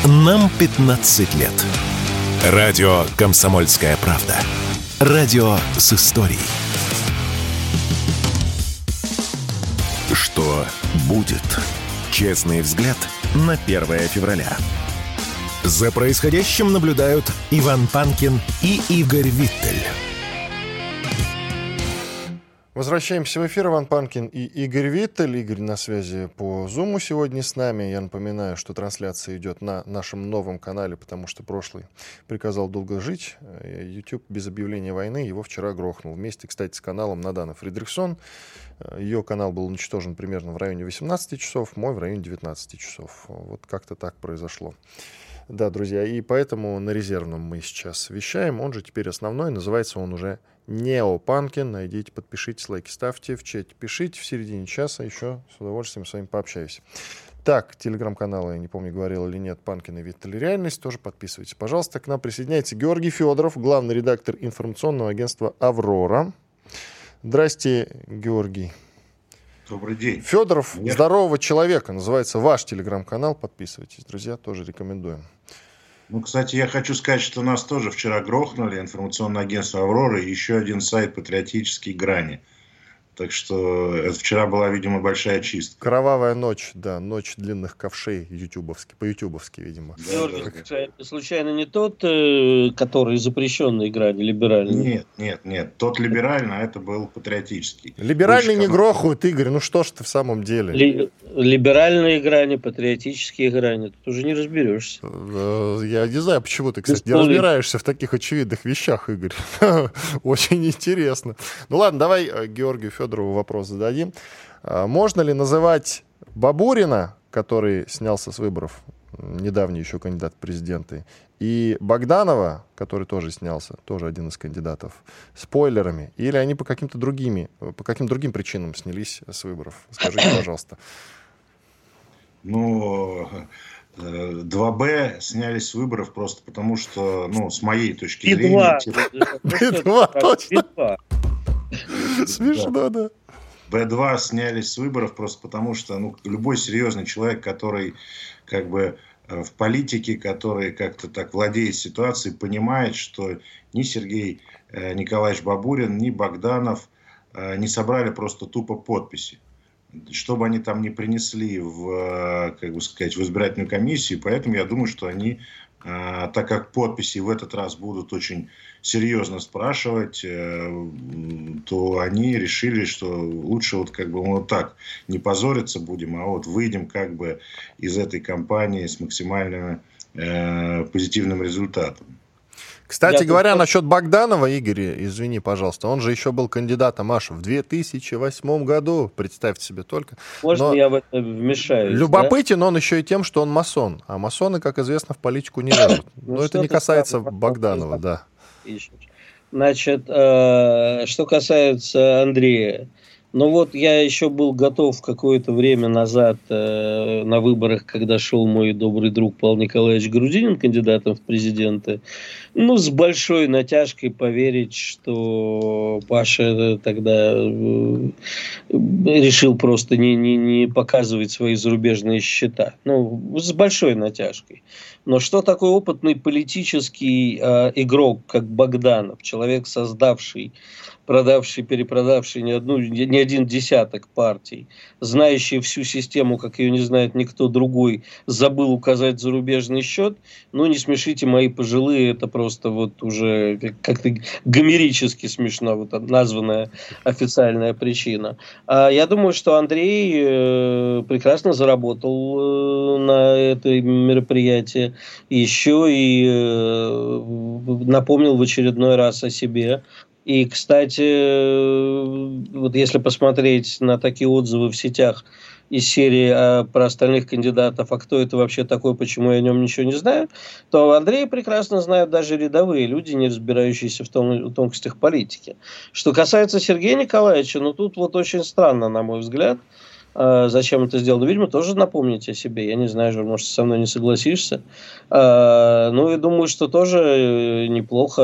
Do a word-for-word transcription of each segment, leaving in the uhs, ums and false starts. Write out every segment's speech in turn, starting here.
Нам пятнадцать лет. Радио «Комсомольская правда». Радио с историей. Что будет? Честный взгляд на первое февраля. За происходящим наблюдают Иван Панкин и Игорь Виттель. Возвращаемся в эфир. Иван Панкин и Игорь Виттель. Игорь на связи по Зуму сегодня с нами. Я напоминаю, что трансляция идет на нашем новом канале, потому что прошлый приказал долго жить. YouTube без объявления войны его вчера грохнул. Вместе, кстати, с каналом Надана Фридрихсон. Ее канал был уничтожен примерно в районе восемнадцати часов, мой в районе девятнадцати часов. Вот как-то так произошло. Да, друзья, и поэтому на резервном мы сейчас вещаем. Он же теперь основной, называется он уже Нео Панкин. Найдите, подпишитесь, лайки ставьте, в чате пишите. В середине часа еще с удовольствием с вами пообщаюсь. Так, телеграм-канал, я не помню, говорил или нет, Панкин и Виттель Реальность. Тоже подписывайтесь, пожалуйста. К нам присоединяется Георгий Федоров, главный редактор информационного агентства «Аврора». Здрасте, Георгий. Добрый день. Федоров Нет. «Здорового человека» называется ваш телеграм-канал. Подписывайтесь, друзья, тоже рекомендуем. Ну, кстати, я хочу сказать, что нас тоже вчера грохнули, информационное агентство «Аврора» и еще один сайт «Патриотический Грани». Так что это вчера была, видимо, большая чистка. Кровавая ночь, да, ночь длинных ковшей ютубовски, по-ютубовски, видимо. Георгий, да, да, да. Случайно не тот, который запрещенный Грани, либеральный? Нет, нет, нет. Тот либеральный, а это был патриотический. Либеральный не грохают, Игорь, ну что ж ты в самом деле? Ли- либеральные грани, патриотические грани, тут уже не разберешься. Я не знаю, почему ты, кстати, не Бесполый. разбираешься в таких очевидных вещах, Игорь. Очень интересно. Ну ладно, давай Георгию Федорову вопрос зададим. Можно ли называть Бабурина, который снялся с выборов, недавний еще кандидат в президенты, и Богданова, который тоже снялся, тоже один из кандидатов, спойлерами? Или они по каким-то другими, по каким другим причинам снялись с выборов? Скажите, пожалуйста. Ну, два Б снялись с выборов просто потому, что, ну, с моей точки зрения... Би два, точно. Смешно, да. Бэ два снялись с выборов просто потому, что, ну, любой серьезный человек, который как бы в политике, который как-то так владеет ситуацией, понимает, что ни Сергей Николаевич Бабурин, ни Богданов не собрали просто тупо подписи. Что бы они там ни принесли в, как бы сказать, в избирательную комиссию. Поэтому я думаю, что они, так как подписи в этот раз будут очень серьезно спрашивать, то они решили, что лучше вот как бы мы вот так не позориться будем, а вот выйдем как бы из этой кампании с максимально э, позитивным результатом. Кстати Я говоря, тут... насчет Богданова, Игорь, извини, пожалуйста, он же еще был кандидатом аж в две тысячи восьмом году, представьте себе только. Можно Но я в это вмешаюсь? любопытен, да? Он еще и тем, что он масон, а масоны, как известно, в политику не лезут. Но это не касается Богданова, да. Значит, что касается Андрея, ну вот я еще был готов какое-то время назад э, на выборах, когда шел мой добрый друг Павел Николаевич Грудинин кандидатом в президенты, ну, с большой натяжкой поверить, что Паша тогда э, решил просто не, не, не показывать свои зарубежные счета. Ну, с большой натяжкой. Но что такой опытный политический э, игрок, как Богданов, человек, создавший, продавший, перепродавший не, одну, не один десяток партий, знающий всю систему, как ее не знает никто другой, забыл указать зарубежный счет, ну, не смешите мои пожилые, это просто вот уже как-то гомерически смешно, вот названная официальная причина. А я думаю, что Андрей э, прекрасно заработал э, на это мероприятие, еще и э, напомнил в очередной раз о себе. И, кстати, вот если посмотреть на такие отзывы в сетях из серии а, про остальных кандидатов, а кто это вообще такой, почему я о нем ничего не знаю, то Андрея прекрасно знают даже рядовые люди, не разбирающиеся в, том, в тонкостях политики. Что касается Сергея Николаевича, ну тут вот очень странно, на мой взгляд, а, зачем это сделал. Ну, видимо, тоже напомнить о себе. Я не знаю, может, со мной не согласишься. А, ну, и думаю, что тоже неплохо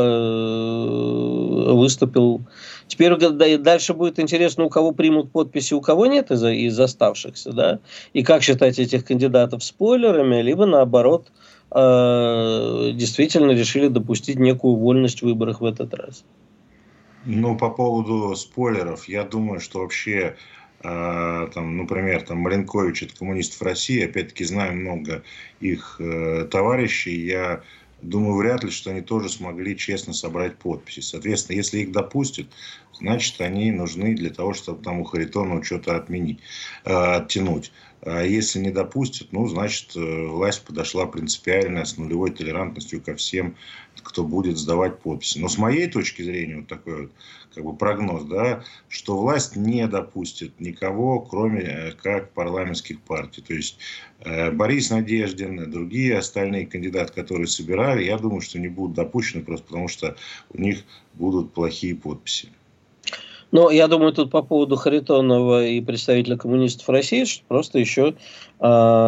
выступил. Теперь дальше будет интересно, у кого примут подписи, у кого нет из, из оставшихся, да, и как считать этих кандидатов спойлерами, либо наоборот э, действительно решили допустить некую вольность в выборах в этот раз. Ну, по поводу спойлеров, я думаю, что вообще, э, там, например, там, Маленкович от коммунистов России, опять-таки, знаю много их э, товарищей, я думаю, вряд ли, что они тоже смогли честно собрать подписи. Соответственно, если их допустят, значит, они нужны для того, чтобы там у Харитонова что-то отменить, э, оттянуть. А если не допустят, ну, значит, власть подошла принципиально с нулевой толерантностью ко всем, кто будет сдавать подписи. Но с моей точки зрения, вот такой вот, как бы прогноз, да, что власть не допустит никого, кроме как парламентских партий. То есть э, Борис Надеждин, другие остальные кандидаты, которые собирали, я думаю, что не будут допущены просто потому, что у них будут плохие подписи. Но я думаю, тут по поводу Харитонова и представителя коммунистов России, что просто еще, э,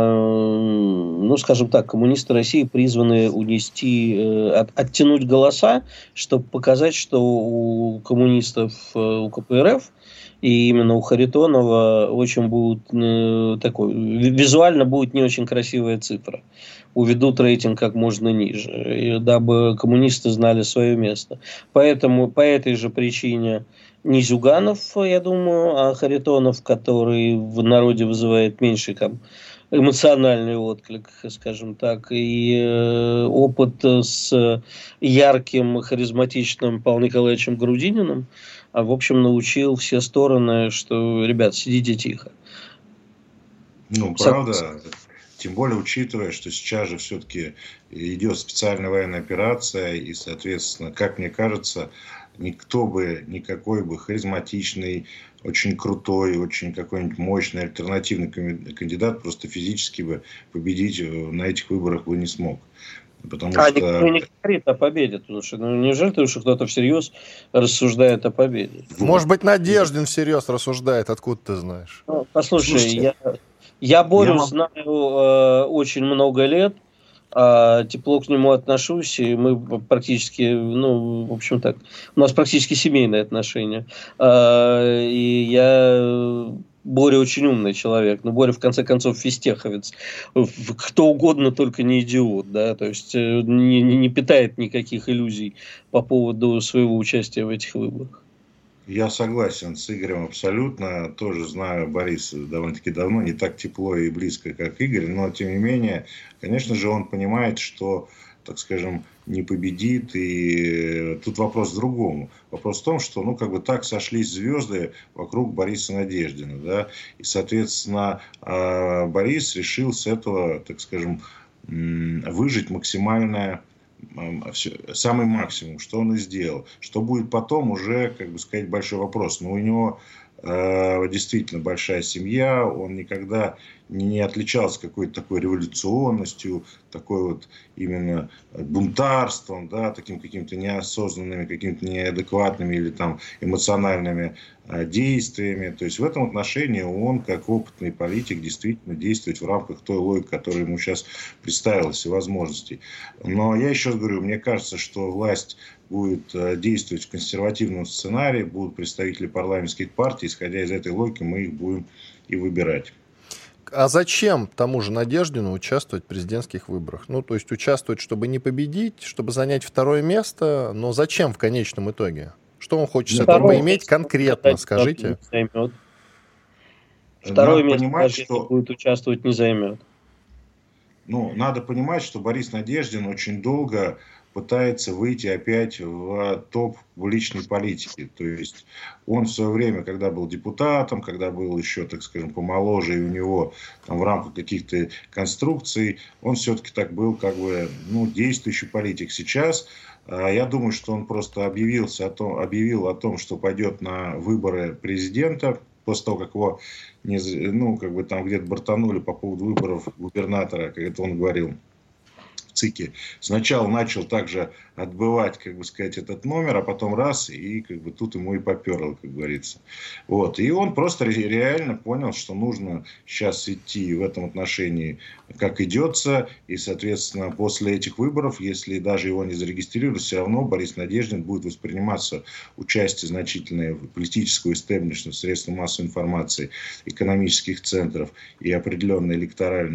ну, скажем так, коммунисты России призваны унести, э, от, оттянуть голоса, чтобы показать, что у коммунистов, э, у ка пэ эр эф и именно у Харитонова очень будет э, такой, визуально будет не очень красивая цифра. Уведут рейтинг как можно ниже, и, дабы коммунисты знали свое место. Поэтому по этой же причине не Зюганов, я думаю, а Харитонов, который в народе вызывает меньший там, эмоциональный отклик, скажем так, и э, опыт с ярким, харизматичным Павлом Николаевичем Грудининым, в общем, научил все стороны, что, ребят, сидите тихо. Ну, правда. Тем более, учитывая, что сейчас же все-таки идет специальная военная операция, и, соответственно, как мне кажется, никто бы, никакой бы харизматичный, очень крутой, очень какой-нибудь мощный альтернативный кандидат просто физически бы победить на этих выборах бы не смог. Потому а что... никто не говорит о победе. Слушай, ну неужели ты, что кто-то всерьез рассуждает о победе? Может быть, Надеждин всерьез рассуждает, откуда ты знаешь? Ну, послушай, Слушайте, я, я Борю я... знаю э, очень много лет, э, тепло к нему отношусь, и мы практически, ну, в общем так, у нас практически семейные отношения. Э, и я... Боря очень умный человек, но Боря, в конце концов, физтеховец. Кто угодно, только не идиот, да, то есть не, не питает никаких иллюзий по поводу своего участия в этих выборах. Я согласен с Игорем абсолютно. Тоже знаю Бориса довольно-таки давно, не так тепло и близко, как Игорь, но, тем не менее, конечно же, он понимает, что, так скажем, не победит. И тут вопрос в другом. Вопрос в том, что, ну, как бы так сошлись звезды вокруг Бориса Надеждина, да, и, соответственно, Борис решил с этого, так скажем, выжить максимальное, самый максимум, что он и сделал. Что будет потом, уже, как бы сказать, большой вопрос. Но у него э, действительно большая семья, он никогда не, не отличался какой-то такой революционностью, такой вот именно бунтарством, да, таким каким-то неосознанными, какими-то неадекватными или там эмоциональными э, действиями. То есть в этом отношении он, как опытный политик, действительно действует в рамках той логики, которая ему сейчас представилась, и возможностей. Но я еще раз говорю, мне кажется, что власть будет действовать в консервативном сценарии, будут представители парламентских партий, исходя из этой логики мы их будем и выбирать. А зачем тому же Надеждину участвовать в президентских выборах? Ну, то есть участвовать, чтобы не победить, чтобы занять второе место, но зачем в конечном итоге? Что он хочет с этого поиметь конкретно, скажите? Второе место, даже если будет участвовать, не займет. Ну, надо понимать, что Борис Надеждин очень долго пытается выйти опять в топ публичной политики. То есть он в свое время, когда был депутатом, когда был еще, так скажем, помоложе, и у него там, в рамках каких-то конструкций, он все-таки так был как бы, ну, действующий политик. Сейчас я думаю, что он просто объявился о том, объявил о том, что пойдет на выборы президента, после того, как его не, ну, как бы там где-то бортанули по поводу выборов губернатора, как это он говорил, в ЦИКе. Сначала начал также отбывать, как бы сказать, этот номер, а потом раз, и как бы тут ему и поперло, как говорится. Вот. И он просто реально понял, что нужно сейчас идти в этом отношении, как идется, и, соответственно, после этих выборов, если даже его не зарегистрируют, все равно Борис Надеждин будет восприниматься участие значительное в политического истеблишмента, средств массовой информации, экономических центров и определенно электоральных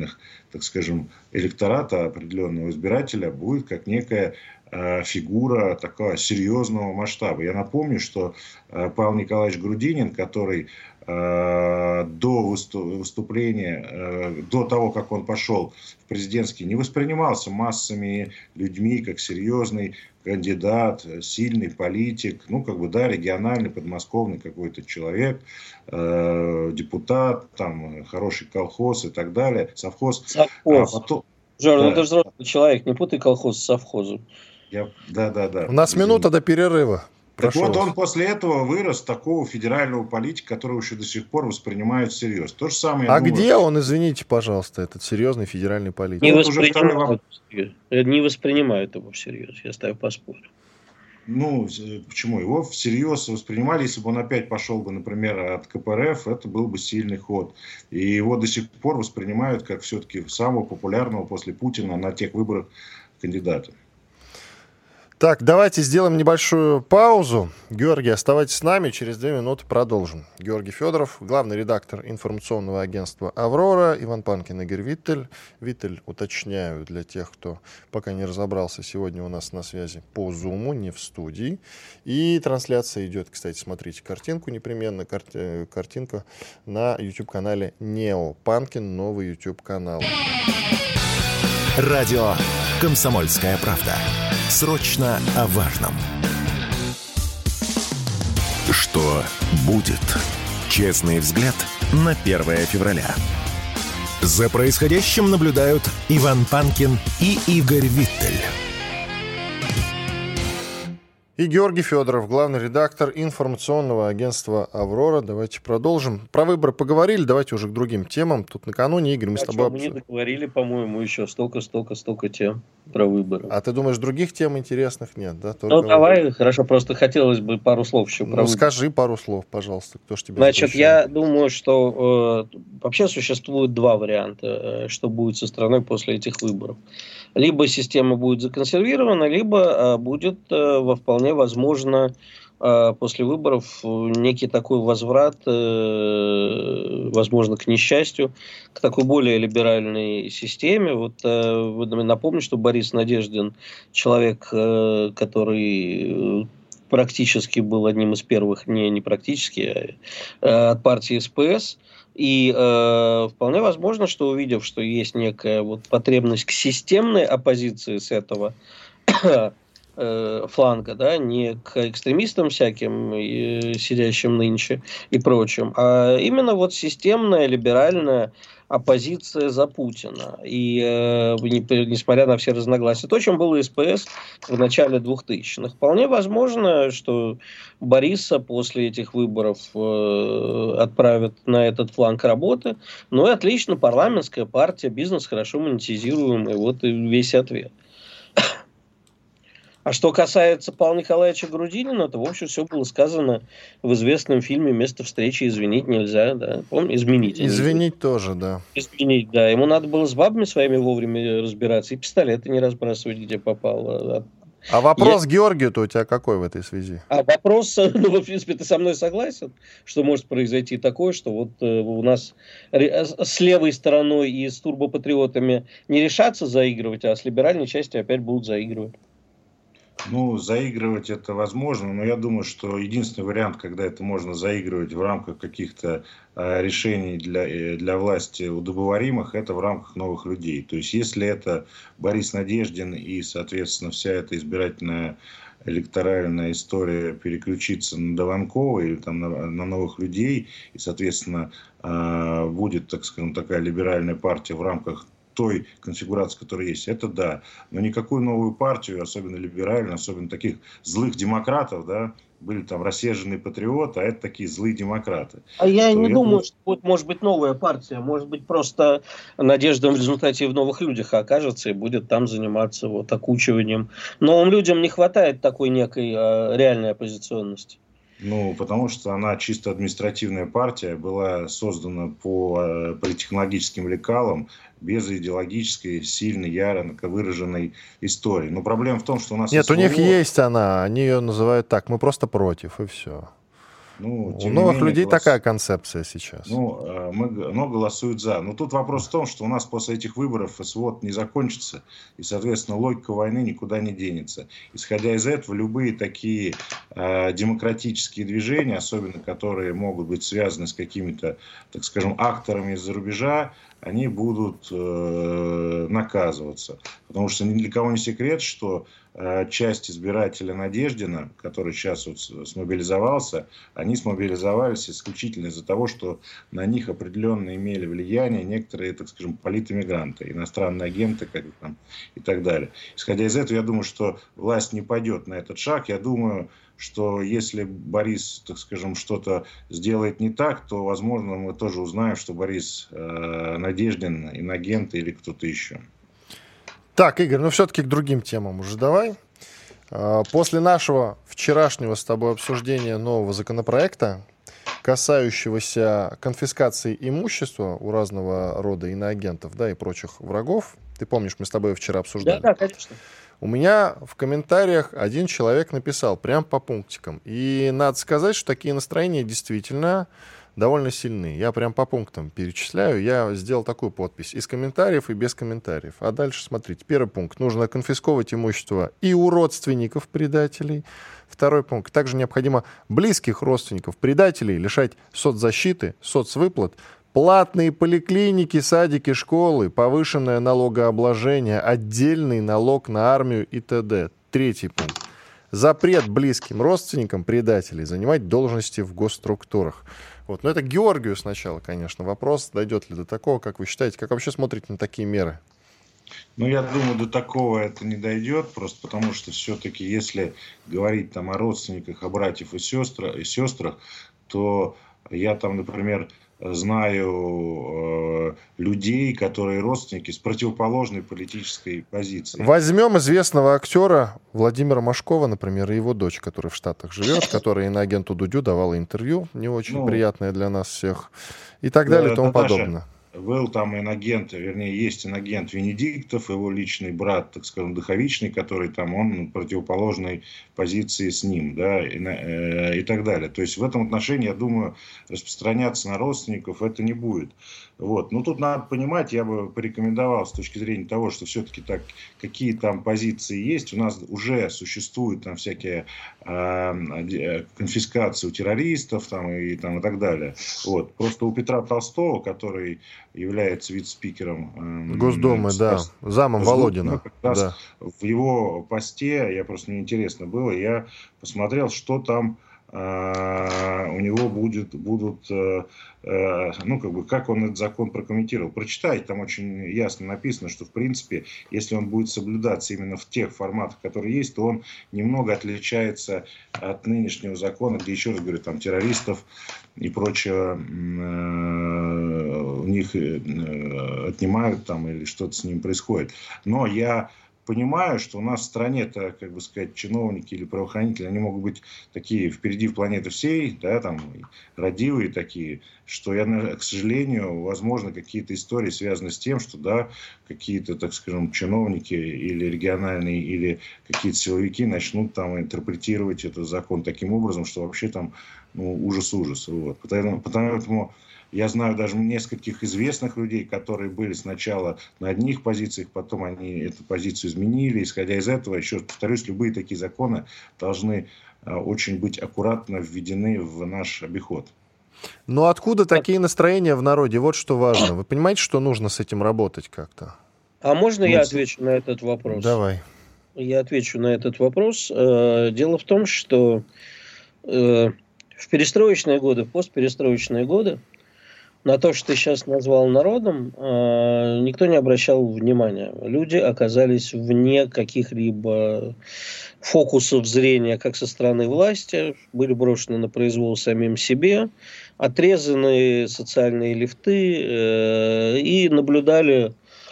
так скажем, электората определенного избирателя будет как некая фигура такого серьезного масштаба. Я напомню, что Павел Николаевич Грудинин, который до выступления, до того, как он пошел в президентский, не воспринимался массами людьми как серьезный кандидат, сильный политик, ну, как бы, да, региональный, подмосковный какой-то человек, э, депутат, там, хороший колхоз и так далее, совхоз. Совхоз. А потом... Жор, да. Ну, это взрослый человек, не путай колхоз с совхозом. Я... Да, да, да. У нас Извините. Минута до перерыва. Так вот, он после этого вырос такого федерального политика, которого еще до сих пор воспринимают всерьез. То же самое. А думаю, где он, извините, пожалуйста, этот серьезный федеральный политик? Не, вот воспринимают, второй... не воспринимают его всерьез, я ставлю поспорю. Ну, почему? Его всерьез воспринимали, если бы он опять пошел бы, например, от ка пэ эр эф, это был бы сильный ход. И его до сих пор воспринимают как все-таки самого популярного после Путина на тех выборах кандидата. Так, давайте сделаем небольшую паузу. Георгий, оставайтесь с нами, через две минуты продолжим. Георгий Федоров, главный редактор информационного агентства «Аврора», Иван Панкин, Игорь Виттель. Виттель, уточняю для тех, кто пока не разобрался, сегодня у нас на связи по Зуму, не в студии. И трансляция идет, кстати, смотрите картинку непременно, карти- картинка на YouTube-канале Нео Панкин, новый YouTube-канал. Радио «Комсомольская правда». Срочно о важном. Что будет? Честный взгляд на первое февраля. За происходящим наблюдают Иван Панкин и Игорь Виттель. И Георгий Федоров, главный редактор информационного агентства «Аврора». Давайте продолжим. Про выборы поговорили, давайте уже к другим темам. Тут накануне, Игорь, мы а с тобой... Мы не договорили, по-моему, еще столько, столько, столько тем про выборы. А ты думаешь, других тем интересных нет, да? Только ну, давай, выборы. Хорошо, просто хотелось бы пару слов еще про Ну, выборы. Скажи пару слов, пожалуйста, кто ж тебе Значит, запрещает? Я думаю, что э, вообще существует два варианта, э, что будет со страной после этих выборов. Либо система будет законсервирована, либо э, будет э, во вполне возможно э, после выборов некий такой возврат, э, возможно, к несчастью, к такой более либеральной системе. Вот э, напомню, что Борис Надеждин, человек, э, который практически был одним из первых, не, не практически, а, от партии эс пэ эс. И э, вполне возможно, что увидев, что есть некая вот потребность к системной оппозиции с этого э, фланга, да, не к экстремистам всяким, э, сидящим нынче и прочим, а именно вот системная, либеральная оппозиция за Путина. И э, не, несмотря на все разногласия, то, чем было эс пэ эс в начале двухтысячных. Вполне возможно, что Бориса после этих выборов э, отправят на этот фланг работы. Ну и отлично, парламентская партия, бизнес хорошо монетизируемый. Вот и весь ответ. А что касается Павла Николаевича Грудинина, то, в общем, все было сказано в известном фильме «Место встречи изменить нельзя». Да? Помню? Изменить. Изменить нельзя. Тоже, да. Изменить, да. Ему надо было с бабами своими вовремя разбираться и пистолеты не разбрасывать, где попало. А вопрос Я... Георгию-то у тебя какой в этой связи? А вопрос, ну, в принципе, ты со мной согласен, что может произойти такое, что вот э, у нас с левой стороной и с турбопатриотами не решатся заигрывать, а с либеральной частью опять будут заигрывать. Ну, заигрывать это возможно, но я думаю, что единственный вариант, когда это можно заигрывать в рамках каких-то э, решений для, для власти удобоваримых, это в рамках новых людей. То есть, если это Борис Надеждин и, соответственно, вся эта избирательная электоральная история переключится на Дованкова или там, на, на новых людей, и, соответственно, э, будет, так скажем, такая либеральная партия в рамках той конфигурации, которая есть, это да. Но никакую новую партию, особенно либеральную, особенно таких злых демократов, да, были там рассерженные патриоты, а это такие злые демократы. А я не я думаю, думаю, что будет, может быть, новая партия. Может быть, просто Надежда в результате в новых людях окажется и будет там заниматься вот окучиванием. Новым людям не хватает такой некой э, реальной оппозиционности. Ну, потому что она чисто административная партия, была создана по э, политтехнологическим лекалам, без идеологической, сильной, ярко выраженной истории. Но проблема в том, что у нас... Нет, СВО... у них есть она, они ее называют так, мы просто против, и все. Ну, у новых менее, людей голос... такая концепция сейчас. Ну, мы, но голосуют за. Но тут вопрос в том, что у нас после этих выборов свод не закончится, и, соответственно, логика войны никуда не денется. Исходя из этого, любые такие э, демократические движения, особенно которые могут быть связаны с какими-то, так скажем, акторами из-за рубежа, они будут э, наказываться. Потому что ни для кого не секрет, что э, часть избирателя Надеждина, который сейчас вот смобилизовался, они смобилизовались исключительно из-за того, что на них определенно имели влияние некоторые, так скажем, политэмигранты, иностранные агенты как там, и так далее. Исходя из этого, я думаю, что власть не пойдет на этот шаг. Я думаю, что если Борис, так скажем, что-то сделает не так, то, возможно, мы тоже узнаем, что Борис э, Надеждин, инагент или кто-то еще. Так, Игорь, ну все-таки к другим темам уже давай. После нашего вчерашнего с тобой обсуждения нового законопроекта, касающегося конфискации имущества у разного рода иноагентов, да, и прочих врагов, ты помнишь, мы с тобой вчера обсуждали? Да, да, конечно. У меня в комментариях один человек написал прям по пунктикам. И надо сказать, что такие настроения действительно довольно сильны. Я прям по пунктам перечисляю. Я сделал такую подпись. Из комментариев и без комментариев. А дальше смотрите. Первый пункт. Нужно конфисковывать имущество и у родственников предателей. Второй пункт. Также необходимо близких родственников предателей лишать соцзащиты, соцвыплат, платные поликлиники, садики, школы, повышенное налогообложение, отдельный налог на армию и т.д. Третий пункт. Запрет близким родственникам предателей занимать должности в госструктурах. Вот. Но это к Георгию сначала, конечно, вопрос, дойдет ли до такого, как вы считаете, как вообще смотрите на такие меры? Ну, я думаю, до такого это не дойдет, просто потому что все-таки, если говорить там о родственниках, о братьях и сестрах, и сестрах, то я там, например, знаю э, людей, которые родственники с противоположной политической позиции. Возьмем известного актера Владимира Машкова, например, и его дочь, которая в Штатах живет, которая иноагенту Дудю давала интервью, не очень ну, приятное для нас всех, и так далее, и тому подобное. Был там инагент, вернее, есть инагент Венедиктов, его личный брат, так скажем, Духовичный, который там, он противоположной позиции с ним, да, и, э, и так далее. То есть в этом отношении, я думаю, распространяться на родственников это не будет. Вот. Но тут надо понимать, я бы порекомендовал с точки зрения того, что все-таки так, какие там позиции есть. У нас уже существуют там всякие э, конфискации у террористов там, и, там, и так далее. Вот. Просто у Петра Толстого, который является вице-спикером э, Госдумы, да, замом Госдумы, Володина. Как раз да. В его посте, я просто мне интересно было, я посмотрел, что там Uh, у него будет, будут, uh, uh, ну, как бы, как он этот закон прокомментировал. Прочитайте, там очень ясно написано, что, в принципе, если он будет соблюдаться именно в тех форматах, которые есть, то он немного отличается от нынешнего закона, где, еще раз говорю, там, террористов и прочего uh, у них uh, отнимают там или что-то с ним происходит. Но я понимаю, что у нас в стране-то, как бы сказать, чиновники или правоохранители, они могут быть такие впереди планеты всей, да, там, родивые такие, что я, к сожалению, возможно, какие-то истории связаны с тем, что, да, какие-то, так скажем, чиновники или региональные, или какие-то силовики начнут там интерпретировать этот закон таким образом, что вообще там, ну, ужас-ужас. Вот. Поэтому, поэтому я знаю даже нескольких известных людей, которые были сначала на одних позициях, потом они эту позицию изменили. Исходя из этого, еще повторюсь, любые такие законы должны очень быть аккуратно введены в наш обиход. Но откуда такие настроения в народе? Вот что важно. Вы понимаете, что нужно с этим работать как-то? А можно ну, я отвечу на этот вопрос? Давай. Я отвечу на этот вопрос. Дело в том, что в перестроечные годы, в постперестроечные годы, на то, что ты сейчас назвал народом, никто не обращал внимания. Люди оказались вне каких-либо фокусов зрения, как со стороны власти, были брошены на произвол самим себе, отрезаны социальные лифты и наблюдали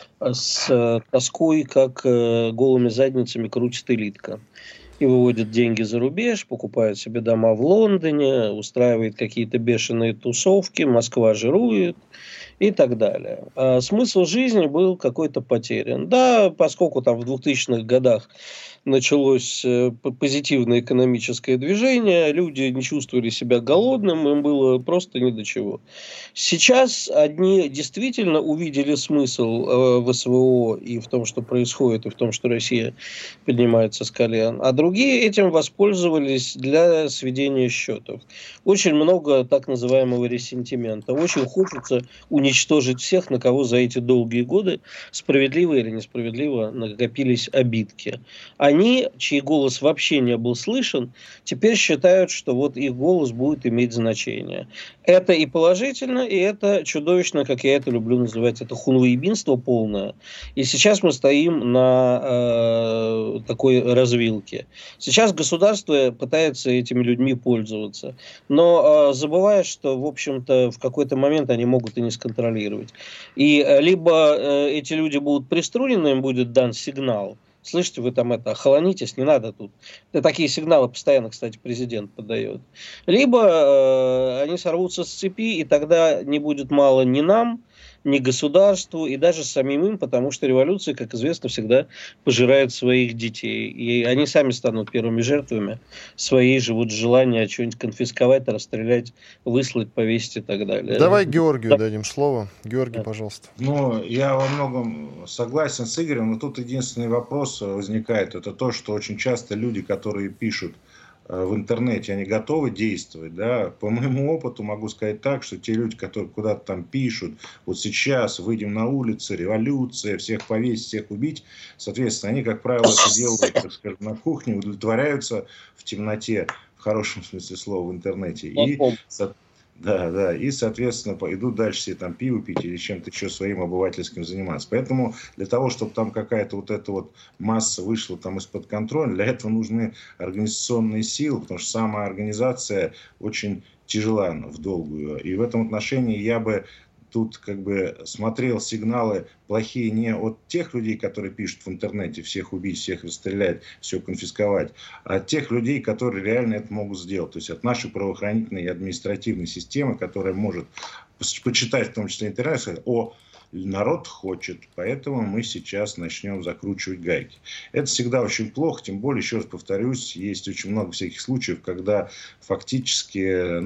с тоской, как голыми задницами крутит элитка. И выводит деньги за рубеж, покупает себе дома в Лондоне, устраивает какие-то бешеные тусовки, Москва жирует, и так далее. А смысл жизни был какой-то потерян. Да, поскольку там в двухтысячных годах началось позитивное экономическое движение, люди не чувствовали себя голодным, им было просто ни до чего. Сейчас одни действительно увидели смысл в СВО и в том, что происходит, и в том, что Россия поднимается с колен, а другие этим воспользовались для сведения счетов. Очень много так называемого ресентимента. Очень хочется уничтожить всех, на кого за эти долгие годы справедливо или несправедливо накопились обидки. Они, чей голос вообще не был слышен, теперь считают, что вот их голос будет иметь значение. Это и положительно, и это чудовищно, как я это люблю называть, это хунвейбинство полное. И сейчас мы стоим на э, такой развилке. Сейчас государство пытается этими людьми пользоваться, но э, забывая, что, в общем-то, в какой-то момент они могут и не сконтролировать. И э, либо э, эти люди будут приструнены, им будет дан сигнал, слышите, вы там это, охолонитесь, не надо тут. Да, такие сигналы постоянно, кстати, президент подает. Либо э, они сорвутся с цепи, и тогда не будет мало ни нам, ни государству, и даже самим им, потому что революция, как известно, всегда пожирает своих детей. И они сами станут первыми жертвами своей же вот желания что-нибудь конфисковать, расстрелять, выслать, повесить и так далее. Давай Георгию да. дадим слово. Георгий, да. пожалуйста. Ну, я во многом согласен с Игорем, но тут единственный вопрос возникает. Это то, что очень часто люди, которые пишут в интернете, они готовы действовать, да, по моему опыту могу сказать так, что те люди, которые куда-то там пишут, вот сейчас выйдем на улицы, революция, всех повесить, всех убить, соответственно, они, как правило, это делают, так скажем, на кухне, удовлетворяются в темноте, в хорошем смысле слова, в интернете, и, да, да, и, соответственно, идут дальше себе там пиво пить или чем-то еще своим обывательским заниматься. Поэтому для того, чтобы там какая-то вот эта вот масса вышла там из-под контроля, для этого нужны организационные силы, потому что сама организация очень тяжела в долгую. И в этом отношении я бы тут как бы смотрел сигналы плохие не от тех людей, которые пишут в интернете всех убить, всех расстрелять, все конфисковать, а от тех людей, которые реально это могут сделать. То есть от нашей правоохранительной и административной системы, которая может почитать в том числе интернет, сказать: о, народ хочет, поэтому мы сейчас начнем закручивать гайки. Это всегда очень плохо, тем более, еще раз повторюсь, есть очень много всяких случаев, когда фактически,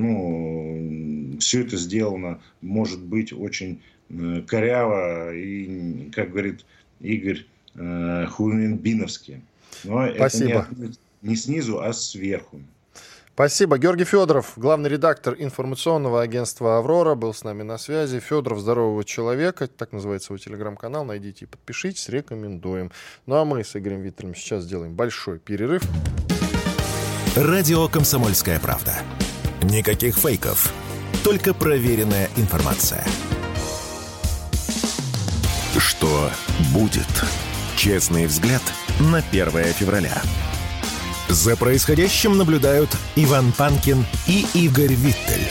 ну, все это сделано, может быть, очень э, коряво и, как говорит Игорь, э, хунвейбиновски. Но Спасибо. Это не, не снизу, а сверху. Спасибо. Георгий Федоров, главный редактор информационного агентства «Аврора», был с нами на связи. Федоров, здорового человека, так называется его телеграм-канал. Найдите и подпишитесь, рекомендуем. Ну а мы с Игорем Виттелем сейчас сделаем большой перерыв. Радио «Комсомольская правда». Никаких фейков, только проверенная информация. Что будет? Честный взгляд на первое февраля. За происходящим наблюдают Иван Панкин и Игорь Виттель.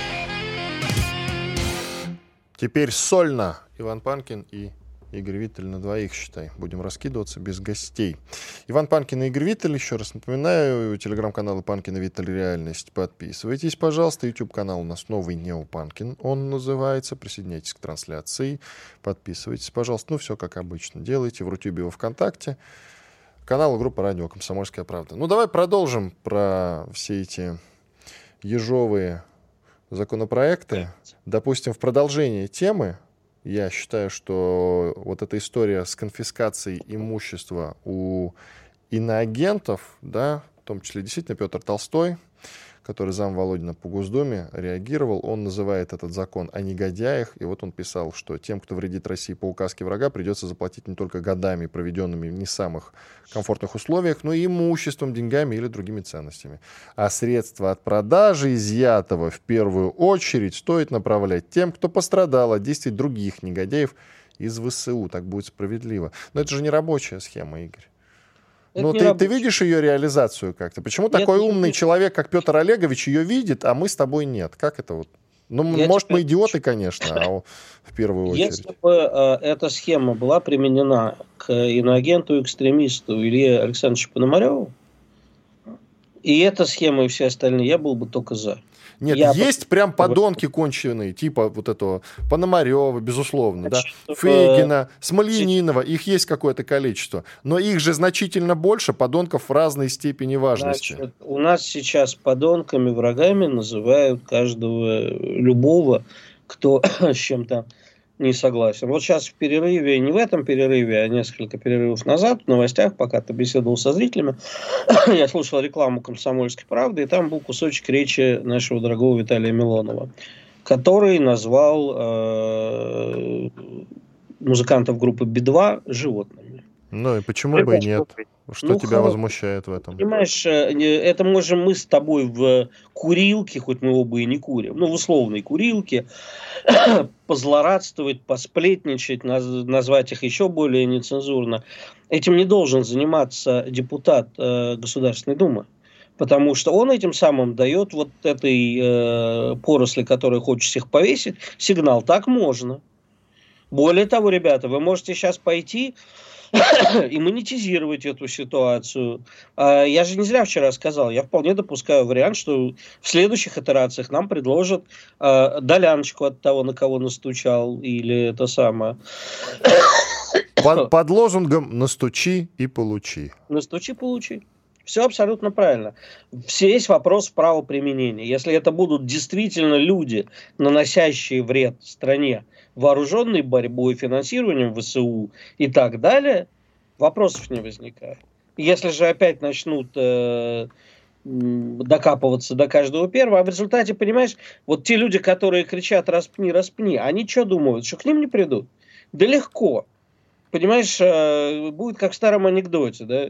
Теперь сольно. Иван Панкин и Игорь Виттель на двоих, считай. Будем раскидываться без гостей. Иван Панкин и Игорь Виттель, еще раз напоминаю, телеграм-каналы Панкин и Виттель «Реальность». Подписывайтесь, пожалуйста. YouTube-канал у нас новый «Неопанкин». Он называется. Присоединяйтесь к трансляции. Подписывайтесь, пожалуйста. Ну, все как обычно. Делайте в Рутюбе, во ВКонтакте. Канал и группа радио «Комсомольская правда». Ну, давай продолжим про все эти ежовые законопроекты. Допустим, в продолжении темы, я считаю, что вот эта история с конфискацией имущества у иноагентов, да, в том числе действительно Петр Толстой, который зам Володина по Госдуме, реагировал. Он называет этот закон о негодяях. И вот он писал, что тем, кто вредит России по указке врага, придется заплатить не только годами, проведенными в не самых комфортных условиях, но и имуществом, деньгами или другими ценностями. А средства от продажи изъятого в первую очередь стоит направлять тем, кто пострадал от действий других негодяев из ВСУ. Так будет справедливо. Но это же не рабочая схема, Игорь. Это ну, ты, ты видишь ее реализацию как-то? Почему нет, такой умный нет. человек, как Петр Олегович, ее видит, а мы с тобой нет? Как это вот? Ну, Я может, мы идиоты, конечно, а в первую очередь. Если бы э, эта схема была применена к иноагенту-экстремисту Илье Александровичу Пономареву, и эта схема, и все остальные, я был бы только за. Нет, Я есть по... прям подонки конченые, типа вот этого Пономарева, безусловно, Значит, да, Фейгина, Смольянинова, их есть какое-то количество, но их же значительно больше, подонков в разной степени важности. Значит, у нас сейчас подонками, врагами называют каждого, любого, кто с чем-то не согласен. Вот сейчас в перерыве, не в этом перерыве, а несколько перерывов назад, в новостях, пока ты беседовал со зрителями, я слушал рекламу «Комсомольской правды», и там был кусочек речи нашего дорогого Виталия Милонова, который назвал э, музыкантов группы Би два животными. Ну и почему бы и нет? Что ну, тебя хоро... возмущает в этом? Понимаешь, это можем мы с тобой в курилке, хоть мы оба и не курим, ну, в условной курилке, позлорадствовать, посплетничать, наз... назвать их еще более нецензурно. Этим не должен заниматься депутат э, Государственной Думы. Потому что он этим самым дает вот этой э, поросли, которая хочет всех повесить, сигнал. Так можно. Более того, ребята, вы можете сейчас пойти и монетизировать эту ситуацию. Я же не зря вчера сказал, я вполне допускаю вариант, что в следующих итерациях нам предложат доляночку от того, на кого настучал, или это самое. Под, под лозунгом «настучи и получи». Настучи, получи. Все абсолютно правильно. Все есть вопрос правоприменения. Если это будут действительно люди, наносящие вред стране, вооруженной борьбой, финансированием ВСУ и так далее, вопросов не возникает. Если же опять начнут э, докапываться до каждого первого, а в результате, понимаешь, вот те люди, которые кричат «распни, распни», они что думают, что к ним не придут? Да легко. Понимаешь, э, будет как в старом анекдоте, да?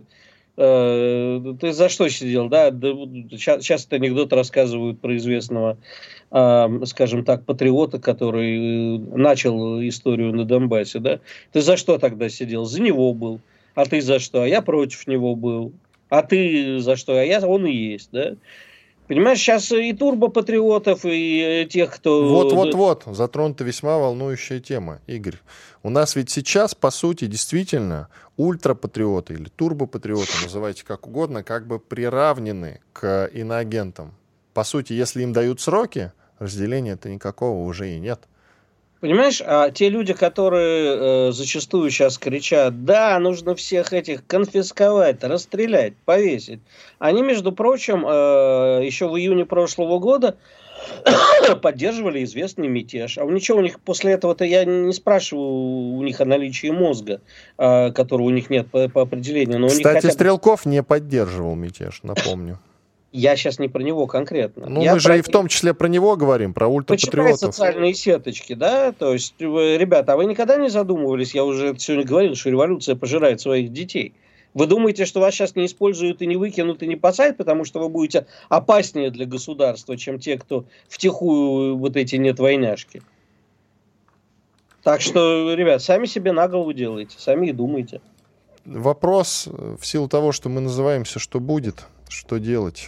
Ты за что сидел, да? Часто анекдот рассказывают про известного, скажем так, патриота, который начал историю на Донбассе, да? Ты за что тогда сидел? За него был. А ты за что? А я против него был. А ты за что? А я, он и есть, да? Понимаешь, сейчас и турбопатриотов, и тех, кто... Вот-вот-вот, затронута весьма волнующая тема, Игорь. У нас ведь сейчас, по сути, действительно ультрапатриоты или турбопатриоты, называйте как угодно, как бы приравнены к иноагентам. По сути, если им дают сроки, разделения-то никакого уже и нет. Понимаешь, а те люди, которые э, зачастую сейчас кричат, да, нужно всех этих конфисковать, расстрелять, повесить, они, между прочим, э, еще в июне прошлого года поддерживали известный мятеж. А ничего у них после этого-то, я не спрашиваю у них о наличии мозга, э, которого у них нет по, по определению. Но Кстати, у них хотя бы... Стрелков не поддерживал мятеж, напомню. Я сейчас не про него конкретно. Ну, я мы же про... и в том числе про него говорим, про ультрапатриотов. Почитать социальные сеточки, да? То есть, вы, ребята, а вы никогда не задумывались, я уже сегодня говорил, что революция пожирает своих детей. Вы думаете, что вас сейчас не используют и не выкинут, и не посадят, потому что вы будете опаснее для государства, чем те, кто втихую вот эти нет-войняшки? Так что, ребят, сами себе на голову делайте, сами и думайте. Вопрос в силу того, что мы называемся «Что будет?», что делать?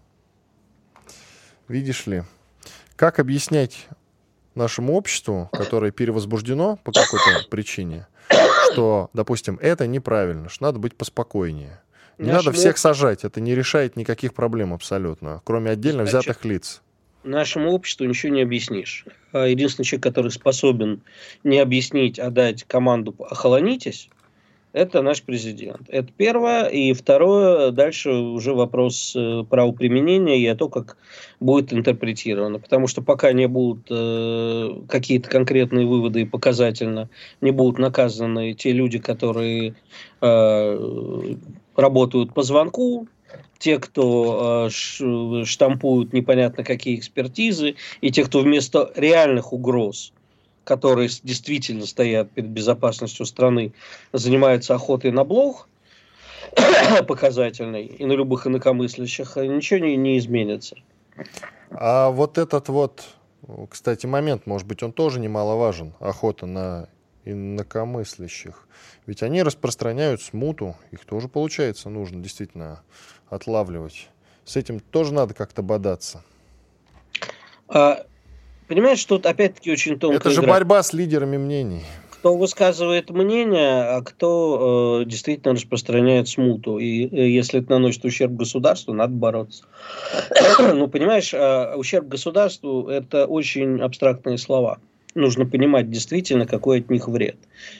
Видишь ли, как объяснять нашему обществу, которое перевозбуждено по какой-то причине, что, допустим, это неправильно, что надо быть поспокойнее. Не Нашему... надо всех сажать, это не решает никаких проблем абсолютно, кроме отдельно Значит, взятых лиц. Нашему обществу ничего не объяснишь. Единственный человек, который способен не объяснить, а дать команду «охолонитесь», это наш президент. Это первое. И второе, дальше уже вопрос правоприменения и то, как будет интерпретировано. Потому что пока не будут э, какие-то конкретные выводы и показательно не будут наказаны те люди, которые э, работают по звонку, те, кто э, штампуют непонятно какие экспертизы, и те, кто вместо реальных угроз, которые действительно стоят перед безопасностью страны, занимаются охотой на блох показательной и на любых инакомыслящих, ничего не, не изменится. А вот этот вот, кстати, момент, может быть, он тоже немаловажен, охота на инакомыслящих. Ведь они распространяют смуту, их тоже, получается, нужно действительно отлавливать. С этим тоже надо как-то бодаться. А... Понимаешь, тут опять-таки очень тонкая Это же игра. борьба с лидерами мнений. кто высказывает мнение, а кто э, действительно распространяет смуту. И э, если это наносит ущерб государству, надо бороться. Ну, понимаешь, э, ущерб государству – это очень абстрактные слова. Нужно понимать действительно, какой от них вред.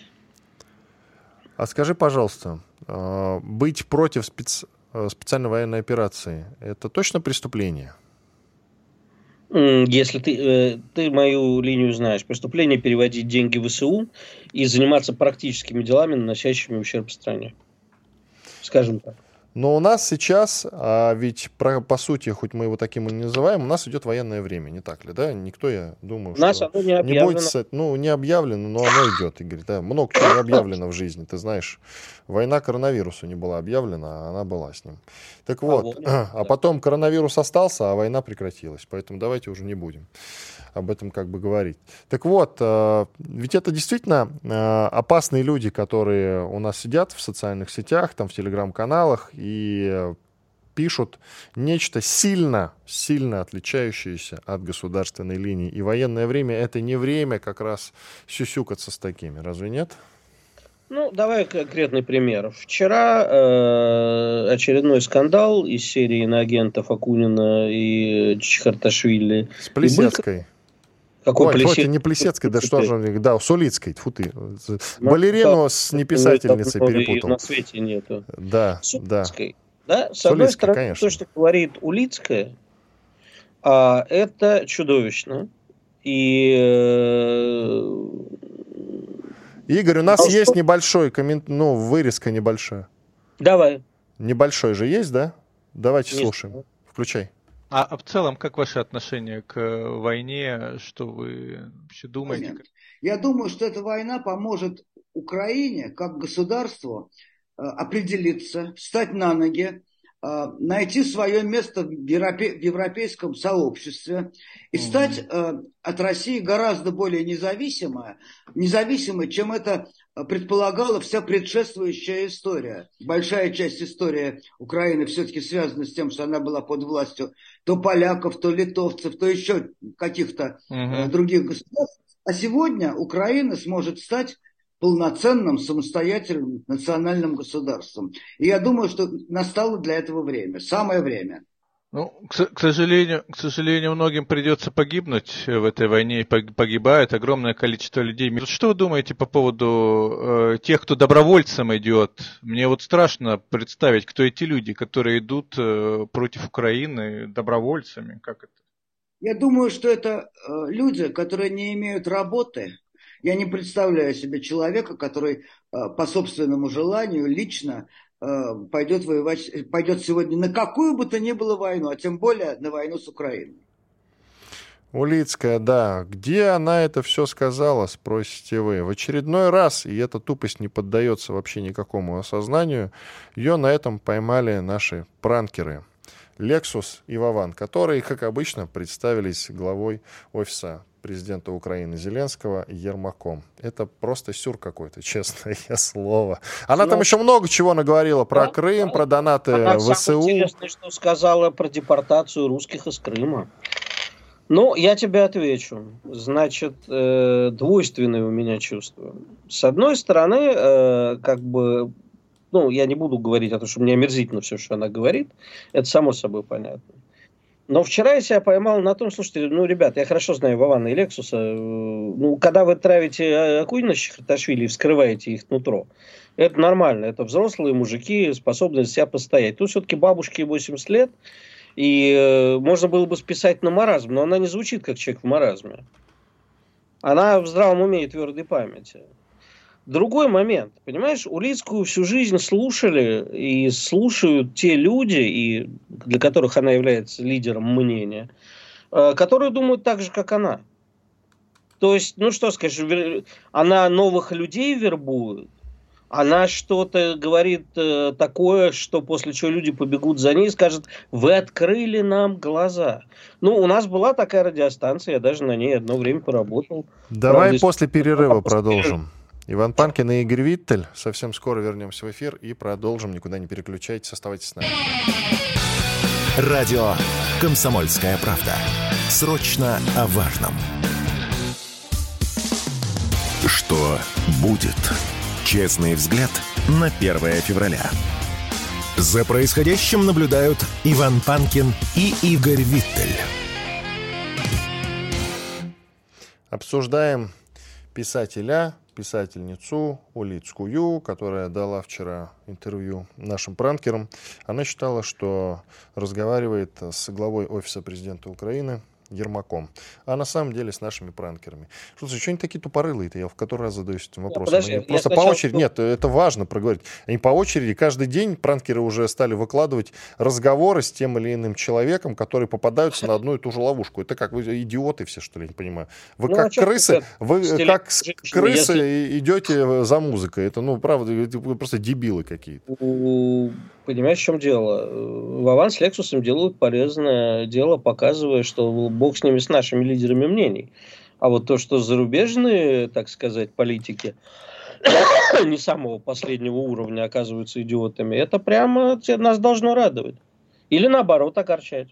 А скажи, пожалуйста, э, быть против спец... специальной военной операции – это точно преступление? Если ты, ты мою линию знаешь, преступление переводить деньги в ВСУ и заниматься практическими делами, наносящими ущерб стране. Скажем так. Но у нас сейчас, а ведь про, по сути, хоть мы его таким и не называем, у нас идет военное время, не так ли, да? Никто, я думаю, у нас что оно не объявлено. Не бойтесь, ну, не объявлено, но оно идет, Игорь. Да? Много чего не объявлено в жизни, ты знаешь. Война коронавирусу не была объявлена, а она была с ним. Так вот, а, а потом коронавирус остался, а война прекратилась. Поэтому давайте уже не будем об этом как бы говорить. Так вот, ведь это действительно опасные люди, которые у нас сидят в социальных сетях, там в телеграм-каналах и пишут нечто сильно, сильно отличающееся от государственной линии. И военное время — это не время как раз сюсюкаться с такими. Разве нет? Ну, давай конкретный пример. Вчера э, очередной скандал из серии иноагентов Акунина и Чхарташвили. С Плесецкой. Какой Ой, Плесецкой? Фу, не Плесецкой, да что же, да, с Улицкой, тьфу ты. Ну, балерину с неписательницей перепутал. На свете нету. Да, с да. Да, с, с одной Улицкой, стороны, конечно. То, что говорит Улицкая, а, это чудовищно. И... Э, Игорь, у нас а есть что? небольшой коммент, ну, вырезка небольшая. Давай. Небольшой же есть, да? Давайте есть. Слушаем. Включай. А, а в целом, как ваше отношение к войне? Что вы вообще думаете? Момент. Я думаю, что эта война поможет Украине, как государству, определиться, встать на ноги, найти свое место в европейском сообществе и стать mm-hmm. от России гораздо более независимой, независимой, чем это предполагала вся предшествующая история. Большая часть истории Украины все-таки связана с тем, что она была под властью то поляков, то литовцев, то еще каких-то mm-hmm. других государств. А сегодня Украина сможет стать полноценным, самостоятельным национальным государством. И я думаю, что настало для этого время, самое время. Ну, к, к сожалению, к сожалению, многим придется погибнуть в этой войне, и погибает огромное количество людей. Что вы думаете по поводу э, тех, кто добровольцем идет? Мне вот страшно представить, кто эти люди, которые идут э, против Украины добровольцами. Как это? Я думаю, что это э, люди, которые не имеют работы. Я не представляю себе человека, который э, по собственному желанию лично э, пойдет воевать, пойдет сегодня на какую бы то ни было войну, а тем более на войну с Украиной. Улицкая, да. Где она это все сказала, спросите вы. В очередной раз, и эта тупость не поддается вообще никакому осознанию, ее на этом поймали наши пранкеры. Лексус и Вован, которые, как обычно, представились главой офиса президента Украины Зеленского Ермаком. Это просто сюр какой-то, честное слово. Она Но... там еще много чего наговорила про да, Крым, да, про донаты она ВСУ. Самое интересное, что сказала про депортацию русских из Крыма. Ну, я тебе отвечу. Значит, э, двойственные у меня чувства. С одной стороны, э, как бы, ну, я не буду говорить о том, что мне омерзительно все, что она говорит. Это само собой понятно. Но вчера я себя поймал на том, слушайте, ну, ребят, я хорошо знаю Вована и Лексуса. Ну, когда вы травите Акунина с Чхарташвили и вскрываете их нутро, это нормально. Это взрослые мужики, способные за себя постоять. Тут все-таки бабушке восемьдесят лет, и э, можно было бы списать на маразм, но она не звучит как человек в маразме. Она в здравом уме и твердой памяти. Другой момент, понимаешь, Улицкую всю жизнь слушали и слушают те люди, и для которых она является лидером мнения, которые думают так же, как она. То есть, ну что скажешь, она новых людей вербует, она что-то говорит такое, что после чего люди побегут за ней и скажут, вы открыли нам глаза. Ну, у нас была такая радиостанция, я даже на ней одно время поработал. Давай Правда, после перерыва после продолжим. Перерыва. Иван Панкин и Игорь Виттель. Совсем скоро вернемся в эфир и продолжим. Никуда не переключайтесь, оставайтесь с нами. Радио «Комсомольская правда». Срочно о важном. Что будет? Честный взгляд на первое февраля. За происходящим наблюдают Иван Панкин и Игорь Виттель. Обсуждаем писателя, писательницу Улицкую, которая дала вчера интервью нашим пранкерам. Она считала, что разговаривает с главой Офиса президента Украины Ермаком, а на самом деле с нашими пранкерами. Слушай, что они такие тупорылые-то? Я в который раз задаюсь этим вопросом. Подожди, они просто сначала... по очереди, нет, это важно проговорить. Они по очереди каждый день пранкеры уже стали выкладывать разговоры с тем или иным человеком, которые попадаются на одну и ту же ловушку. Это как, вы идиоты все, что ли, я не понимаю. Вы ну, как а крысы, вы Стиль... как крысы если... идете за музыкой. Это, ну, правда, вы просто дебилы какие-то. Понимаешь, в чем дело? Вован с Лексусом делают полезное дело, показывая, что бог с ними, с нашими лидерами мнений. А вот то, что зарубежные, так сказать, политики не самого последнего уровня оказываются идиотами, это прямо нас должно радовать. Или наоборот огорчать.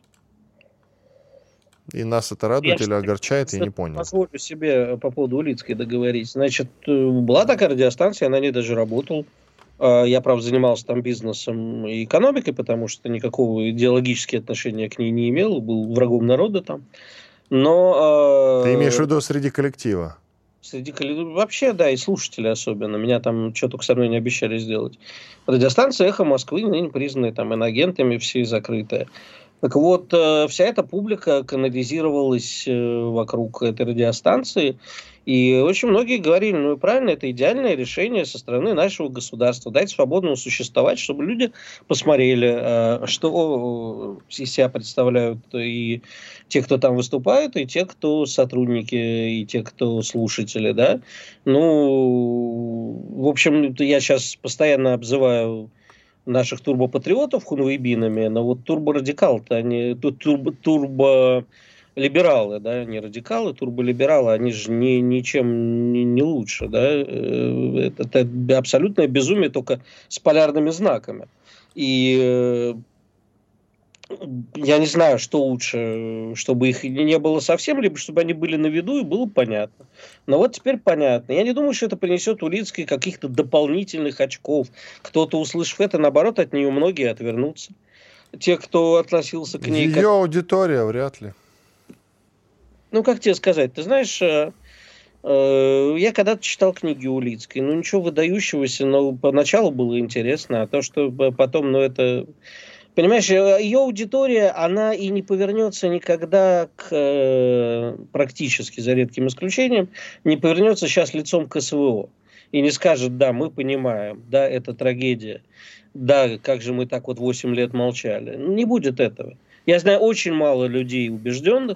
И нас это радует я или огорчает, я не понял. Позволю себе по поводу Улицкой договорить. Значит, была такая радиостанция, я на ней даже работал. Я, правда, занимался там бизнесом и экономикой, потому что никакого идеологического отношения к ней не имел, был врагом народа там. Но... Ты имеешь в виду среди коллектива? Среди коллектива. Вообще, да, и слушатели особенно. Меня там что только со мной не обещали сделать. Радиостанция «Эхо Москвы», ныне признанная там иноагентами, все закрытая. Так вот, вся эта публика канализировалась вокруг этой радиостанции, и очень многие говорили, ну и правильно, это идеальное решение со стороны нашего государства, дать свободно существовать, чтобы люди посмотрели, что из себя представляют и те, кто там выступает, и те, кто сотрудники, и те, кто слушатели, да. Ну, в общем, я сейчас постоянно обзываю наших турбопатриотов хунвейбинами, но вот турборадикалы-то, они тут турбо, турболибералы, да, не радикалы, турболибералы, они же не, ничем не, не лучше, да, это, это абсолютное безумие, только с полярными знаками. И я не знаю, что лучше, чтобы их не было совсем, либо чтобы они были на виду и было понятно. Но вот теперь понятно. Я не думаю, что это принесет Улицкой каких-то дополнительных очков. Кто-то, услышав это, наоборот, от нее многие отвернутся. Те, кто относился к ней... Ее как... аудитория вряд ли. Ну, как тебе сказать? Ты знаешь, э, э, я когда-то читал книги Улицкой. Ну, ничего выдающегося, но поначалу было интересно. А то, что потом, ну, это... Понимаешь, ее аудитория, она и не повернется никогда к, э, практически, за редким исключением, не повернется сейчас лицом к СВО. И не скажет, да, мы понимаем, да, это трагедия, да, как же мы так вот восемь лет молчали. Не будет этого. Я знаю очень мало людей убежденных,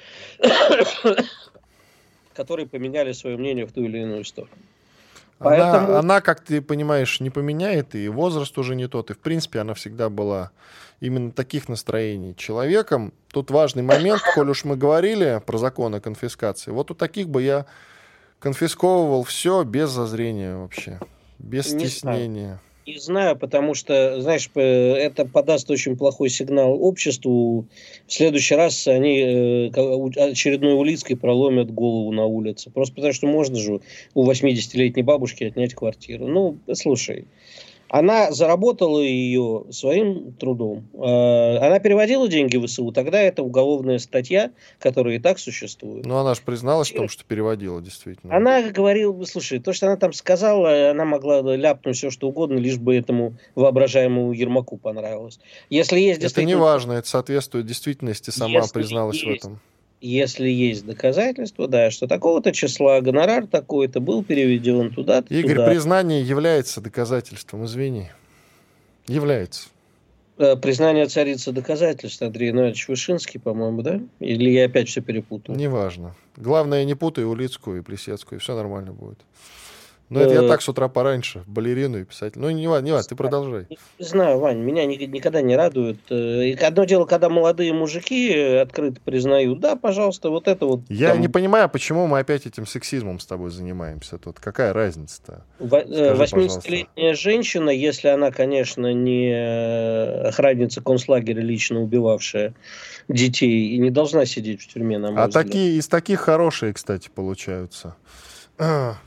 которые поменяли свое мнение в ту или иную сторону. Поэтому... Она, она, как ты понимаешь, не поменяет, и возраст уже не тот, и в принципе она всегда была именно таких настроений человеком. Тут важный момент, коль уж мы говорили про закон о конфискации, вот у таких бы я конфисковывал все без зазрения вообще, без не стеснения. Знаю. Не знаю, потому что, знаешь, это подаст очень плохой сигнал обществу. В следующий раз они очередной Улицкой проломят голову на улице. Просто потому что можно же у восьмидесятилетней бабушки отнять квартиру. Ну, слушай, она заработала ее своим трудом. Она переводила деньги в ВСУ, тогда это уголовная статья, которая и так существует. Но она же призналась в том, что переводила, действительно. Она говорила, слушай, то, что она там сказала, она могла ляпнуть все, что угодно, лишь бы этому воображаемому Ермаку понравилось. Если есть это не важно, это соответствует действительности, сама призналась в этом. Если есть доказательства, да, что такого-то числа гонорар такой-то был переведен туда-то, Игорь, туда. признание является доказательством, извини. Является. Признание царицы доказательств, Андрей Иванович Вышинский, по-моему, да? Или я опять все перепутал? Неважно. Главное, не путай Улицкую и Плесецкую, и все нормально будет. Но это я так с утра пораньше, балерину и писатель. Ну, не важно, не важно, ты продолжай. Не знаю, Вань, меня никогда не радует. Одно дело, когда молодые мужики открыто признают, да, пожалуйста, вот это вот... Я там... не понимаю, почему мы опять этим сексизмом с тобой занимаемся тут. Какая разница-то? восьмидесятилетняя женщина, если она, конечно, не охранница концлагеря, лично убивавшая детей, и не должна сидеть в тюрьме, на мой а взгляд. Такие, из таких хорошие, кстати, получаются. В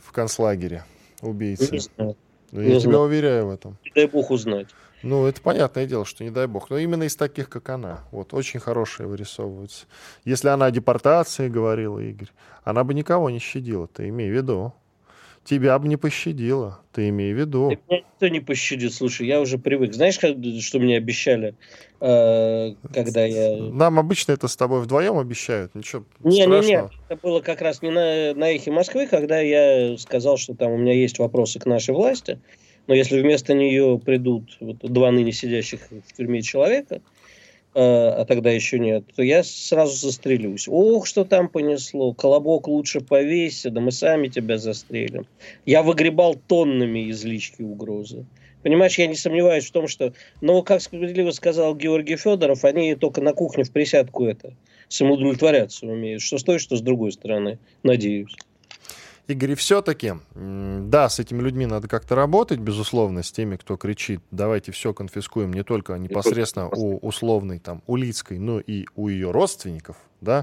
в концлагере убийцы? Не знаю. Ну, Не я тебя знаю. уверяю в этом. Дай бог узнать. Ну, это понятное дело, что не дай бог. Но именно из таких, как она. Вот, очень хорошие вырисовываются. Если она о депортации говорила, Игорь, она бы никого не щадила, ты имей в виду. Тебя бы не пощадила, ты имей в виду. Меня никто не пощадит. Слушай, я уже привык. Знаешь, как, что мне обещали, э, когда я... Нам обычно это с тобой вдвоем обещают. Ничего Не, страшного. не, не. Это было как раз не на, на «Эхе Москвы», когда я сказал, что там у меня есть вопросы к нашей власти. Но если вместо нее придут вот два ныне сидящих в тюрьме человека, э, а тогда еще нет, то я сразу застрелюсь. Ох, что там понесло. Колобок лучше повесься, да мы сами тебя застрелим. Я выгребал тоннами из лички угрозы. Понимаешь, я не сомневаюсь в том, что... Но, как справедливо сказал Георгий Федоров, они только на кухне в присядку это самоудовлетворяться умеют. Что с той, что с другой стороны. Надеюсь. Игорь, и все-таки, да, с этими людьми надо как-то работать, безусловно, с теми, кто кричит, давайте все конфискуем, не только непосредственно у условной там Улицкой, но и у ее родственников, да,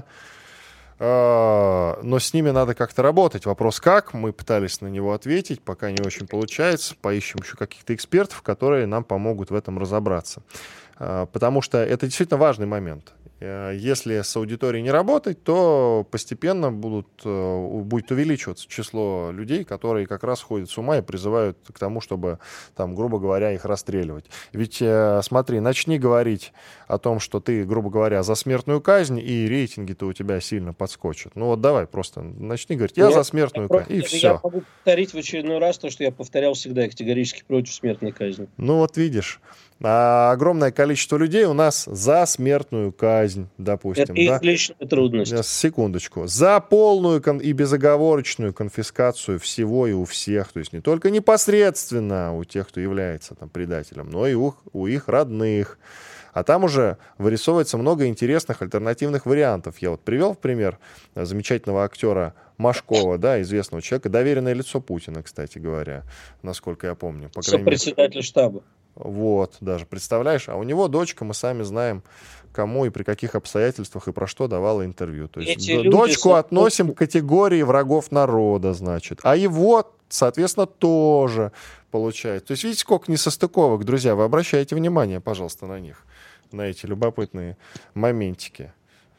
но с ними надо как-то работать. Вопрос как, мы пытались на него ответить, пока не очень получается, поищем еще каких-то экспертов, которые нам помогут в этом разобраться, потому что это действительно важный момент. Если с аудиторией не работать, то постепенно будут, будет увеличиваться число людей, которые как раз ходят с ума и призывают к тому, чтобы, там, грубо говоря, их расстреливать. Ведь, смотри, начни говорить о том, что ты, грубо говоря, за смертную казнь, и рейтинги-то у тебя сильно подскочат. Ну вот давай просто начни говорить, я, я за смертную казнь, и все. Я могу повторить в очередной раз то, что я повторял всегда, я категорически против смертной казни. Ну вот видишь. А огромное количество людей у нас за смертную казнь, допустим. Это их да? личная трудность. Секундочку. За полную кон- и безоговорочную конфискацию всего и у всех. То есть не только непосредственно у тех, кто является там предателем, но и у, у их родных. А там уже вырисовывается много интересных альтернативных вариантов. Я вот привел в пример замечательного актера Машкова, да, известного человека, доверенное лицо Путина, кстати говоря, насколько я помню. По крайней мере. Сопредседатель штаба. Вот, даже, представляешь, а у него дочка, мы сами знаем, кому и при каких обстоятельствах и про что давала интервью. То есть Эти дочку люди... относим к категории врагов народа, значит, а его, соответственно, тоже получается. То есть видите, сколько несостыковок, друзья, вы обращайте внимание, пожалуйста, на них, на эти любопытные моментики.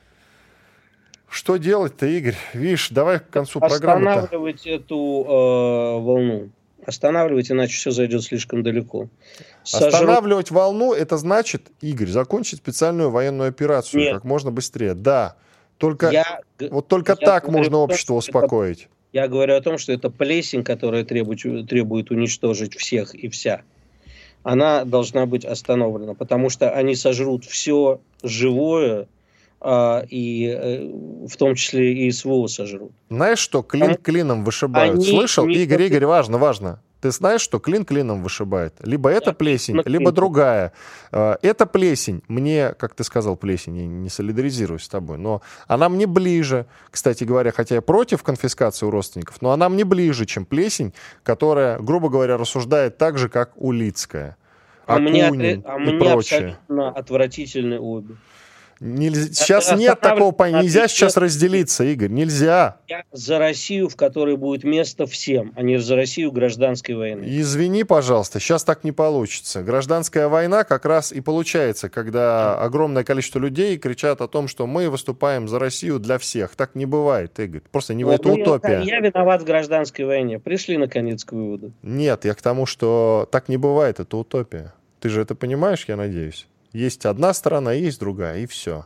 Что делать-то, Игорь? Видишь, давай к концу программы. Останавливать эту э, волну. Останавливать, иначе все зайдет слишком далеко. Сожрут... Останавливать волну, это значит, Игорь, закончить специальную военную операцию Нет. как можно быстрее. Да, только, я, вот только я так говорю можно том, общество это, успокоить. Я говорю о том, что это плесень, которая требует, требует уничтожить всех и вся. Она должна быть остановлена, потому что они сожрут все живое, а, и э, в том числе и СВО сожрут. Знаешь что, клин клином вышибают. Они Слышал? не... Игорь, Игорь, важно, важно. Ты знаешь, что клин клином вышибает? Либо эта плесень, клин либо клин. другая. Эта плесень, мне, как ты сказал, плесень, я не солидаризируюсь с тобой, но она мне ближе, кстати говоря, хотя я против конфискации у родственников, но она мне ближе, чем плесень, которая, грубо говоря, рассуждает так же, как Улицкая, а Акунин мне, а и мне прочее. абсолютно отвратительны обе. Нельзя, сейчас нет такого, нельзя сейчас разделиться, Игорь, нельзя. Я за Россию, в которой будет место всем, а не за Россию гражданской войны. Извини, пожалуйста, сейчас так не получится. Гражданская война как раз и получается, когда огромное количество людей кричат о том, что мы выступаем за Россию для всех. Так не бывает, Игорь. Просто не, это ну, утопия. Я, я виноват в гражданской войне. Пришли, наконец, к выводу. Нет, я к тому, что так не бывает, это утопия. Ты же это понимаешь, я надеюсь? Есть одна сторона, есть другая, и все.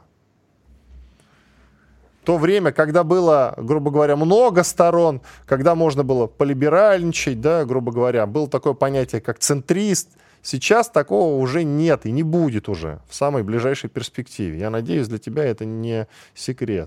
То время, когда было, грубо говоря, много сторон, когда можно было полиберальничать, да, грубо говоря, было такое понятие, как центрист. Сейчас такого уже нет и не будет уже в самой ближайшей перспективе. Я надеюсь, для тебя это не секрет.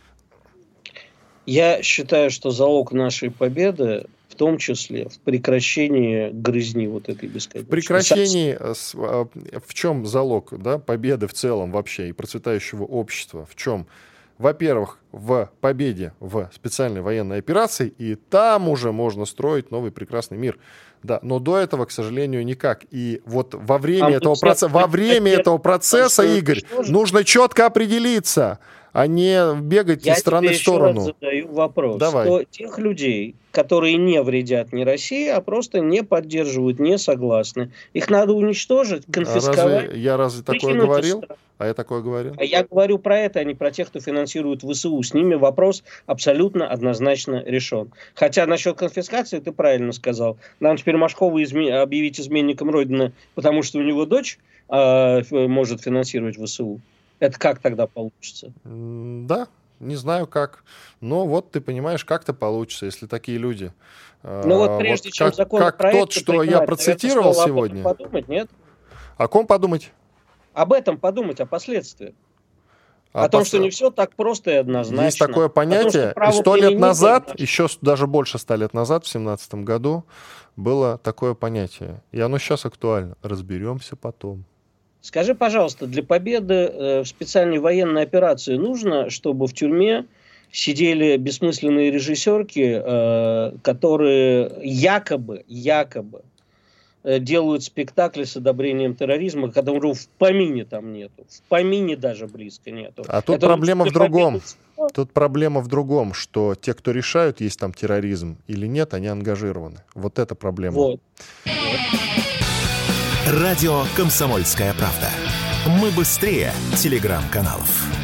Я считаю, что залог нашей победы в том числе в прекращении грызни вот этой бесконечной. В прекращении, в чем залог, да, победы в целом вообще и процветающего общества? В чем? Во-первых, в победе в специальной военной операции, и там уже можно строить новый прекрасный мир. Да, но до этого, к сожалению, никак. И вот во время, а этого, проц... во время этого процесса, Игорь, нужно четко определиться. а не бегать Я из стороны в сторону. Я тебе еще раз задаю вопрос. Давай. Что тех людей, которые не вредят не России, а просто не поддерживают, не согласны, их надо уничтожить, конфисковать. А разве, я разве такое говорил? А я такое говорил? А я говорю про это, а не про тех, кто финансирует ВСУ. С ними вопрос абсолютно однозначно решен. Хотя насчет конфискации ты правильно сказал. Нам теперь Машкова изме... объявить изменником Родины, потому что у него дочь э, может финансировать ВСУ. Это как тогда получится? Да, не знаю как. Но вот ты понимаешь, как-то получится, если такие люди. Ну вот прежде вот чем как, законопроект как тот, что я процитировал сегодня. Об этом подумать, нет? О ком подумать? Об этом подумать, о последствиях. О, о том, пос... что не все так просто и однозначно. Есть такое понятие. Том, сто лет назад, еще даже больше ста лет назад, в семнадцатом году, было такое понятие. И оно сейчас актуально. Разберемся потом. Скажи, пожалуйста, для победы э, в специальной военной операции нужно, чтобы в тюрьме сидели бессмысленные режиссерки, э, которые якобы, якобы делают спектакли с одобрением терроризма, когда уже в помине там нету. В помине даже близко нету. А тут Это проблема в другом. Победы... Тут проблема в другом, что те, кто решают, есть там терроризм или нет, они ангажированы. Вот это проблема. Вот. Радио «Комсомольская правда». Мы быстрее телеграм-каналов.